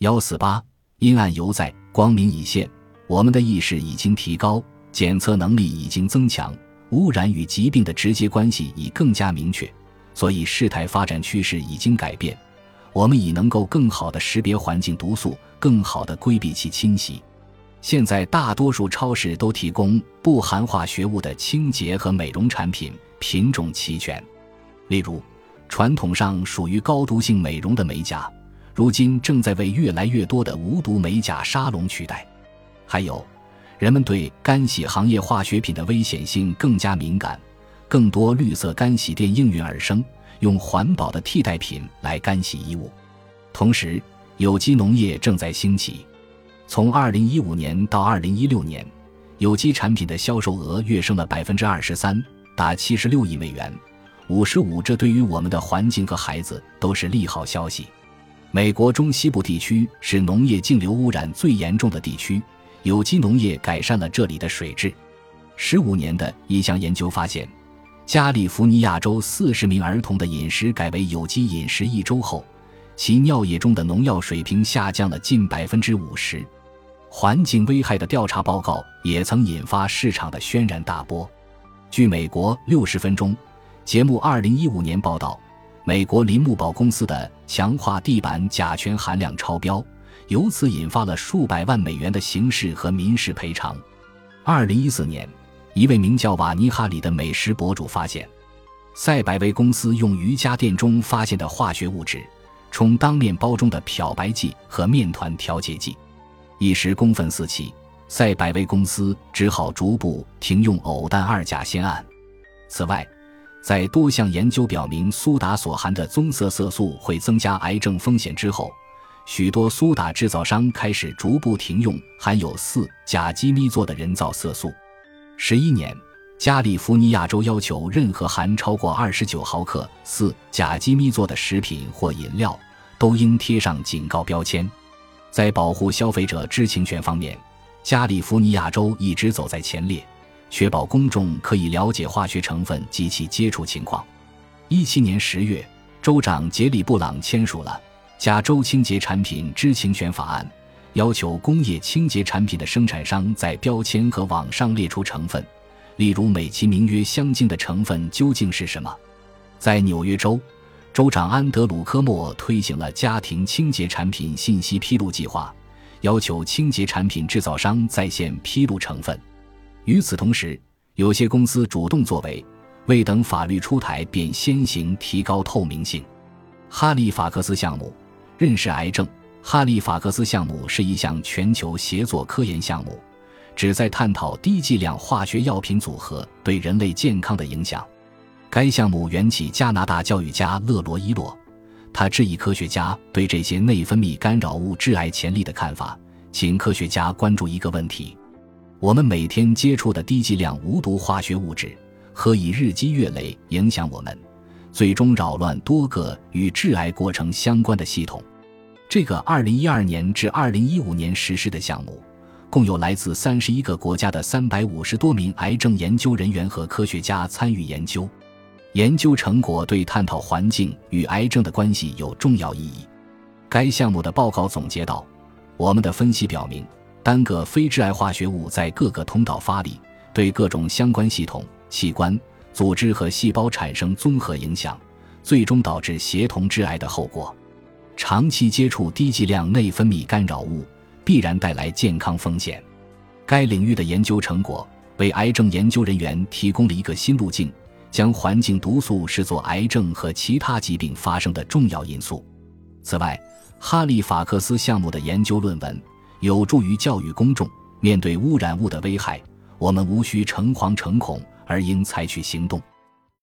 148阴暗犹在，光明已现，我们的意识已经提高，检测能力已经增强，污染与疾病的直接关系已更加明确，所以事态发展趋势已经改变，我们已能够更好地识别环境毒素，更好地规避其侵袭。现在大多数超市都提供不含化学物的清洁和美容产品，品种齐全。例如，传统上属于高毒性美容的美甲，如今正在为越来越多的无毒美甲沙龙取代。还有，人们对干洗行业化学品的危险性更加敏感，更多绿色干洗店应运而生，用环保的替代品来干洗衣物。同时，有机农业正在兴起。从2015年到2016年，有机产品的销售额跃升了 23%， 达76亿美元。55，这对于我们的环境和孩子都是利好消息。美国中西部地区是农业径流污染最严重的地区，有机农业改善了这里的水质。15年的一项研究发现，加利福尼亚州40名儿童的饮食改为有机饮食1周后，其尿液中的农药水平下降了近 50%。 环境危害的调查报告也曾引发市场的轩然大波。据美国60分钟节目2015年报道，美国林木堡公司的强化地板甲醛含量超标，由此引发了数百万美元的刑事和民事赔偿。2014年，一位名叫瓦尼哈里的美食博主发现，赛百味公司用瑜伽垫中发现的化学物质冲当面包中的漂白剂和面团调节剂，一时公愤四起，赛百味公司只好逐步停用偶氮二甲酰胺。此外，在多项研究表明苏打所含的棕色色素会增加癌症风险之后，许多苏打制造商开始逐步停用含有4-甲基咪唑的人造色素。11年，加利福尼亚州要求任何含超过29毫克4-甲基咪唑的食品或饮料都应贴上警告标签。在保护消费者知情权方面，加利福尼亚州一直走在前列，确保公众可以了解化学成分及其接触情况。17年10月，州长杰里布朗签署了加州清洁产品知情权法案，要求工业清洁产品的生产商在标签和网上列出成分，例如美其名曰香精的成分究竟是什么。在纽约州，州长安德鲁科莫推行了家庭清洁产品信息披露计划，要求清洁产品制造商在线披露成分。与此同时，有些公司主动作为，未等法律出台便先行提高透明性。哈利法克斯项目，认识癌症。哈利法克斯项目是一项全球协作科研项目，旨在探讨低剂量化学药品组合对人类健康的影响。该项目缘起加拿大教育家勒罗伊洛，他质疑科学家对这些内分泌干扰物致癌潜力的看法，请科学家关注一个问题：我们每天接触的低剂量无毒化学物质何以日积月累影响我们，最终扰乱多个与致癌过程相关的系统。这个2012年至2015年实施的项目，共有来自31个国家的350多名癌症研究人员和科学家参与研究。研究成果对探讨环境与癌症的关系有重要意义。该项目的报告总结道，我们的分析表明，单个非致癌化学物在各个通道发力，对各种相关系统、器官、组织和细胞产生综合影响，最终导致协同致癌的后果。长期接触低剂量内分泌干扰物必然带来健康风险。该领域的研究成果为癌症研究人员提供了一个新路径，将环境毒素视作癌症和其他疾病发生的重要因素。此外，哈利法克斯项目的研究论文有助于教育公众，面对污染物的危害，我们无需诚惶诚恐，而应采取行动。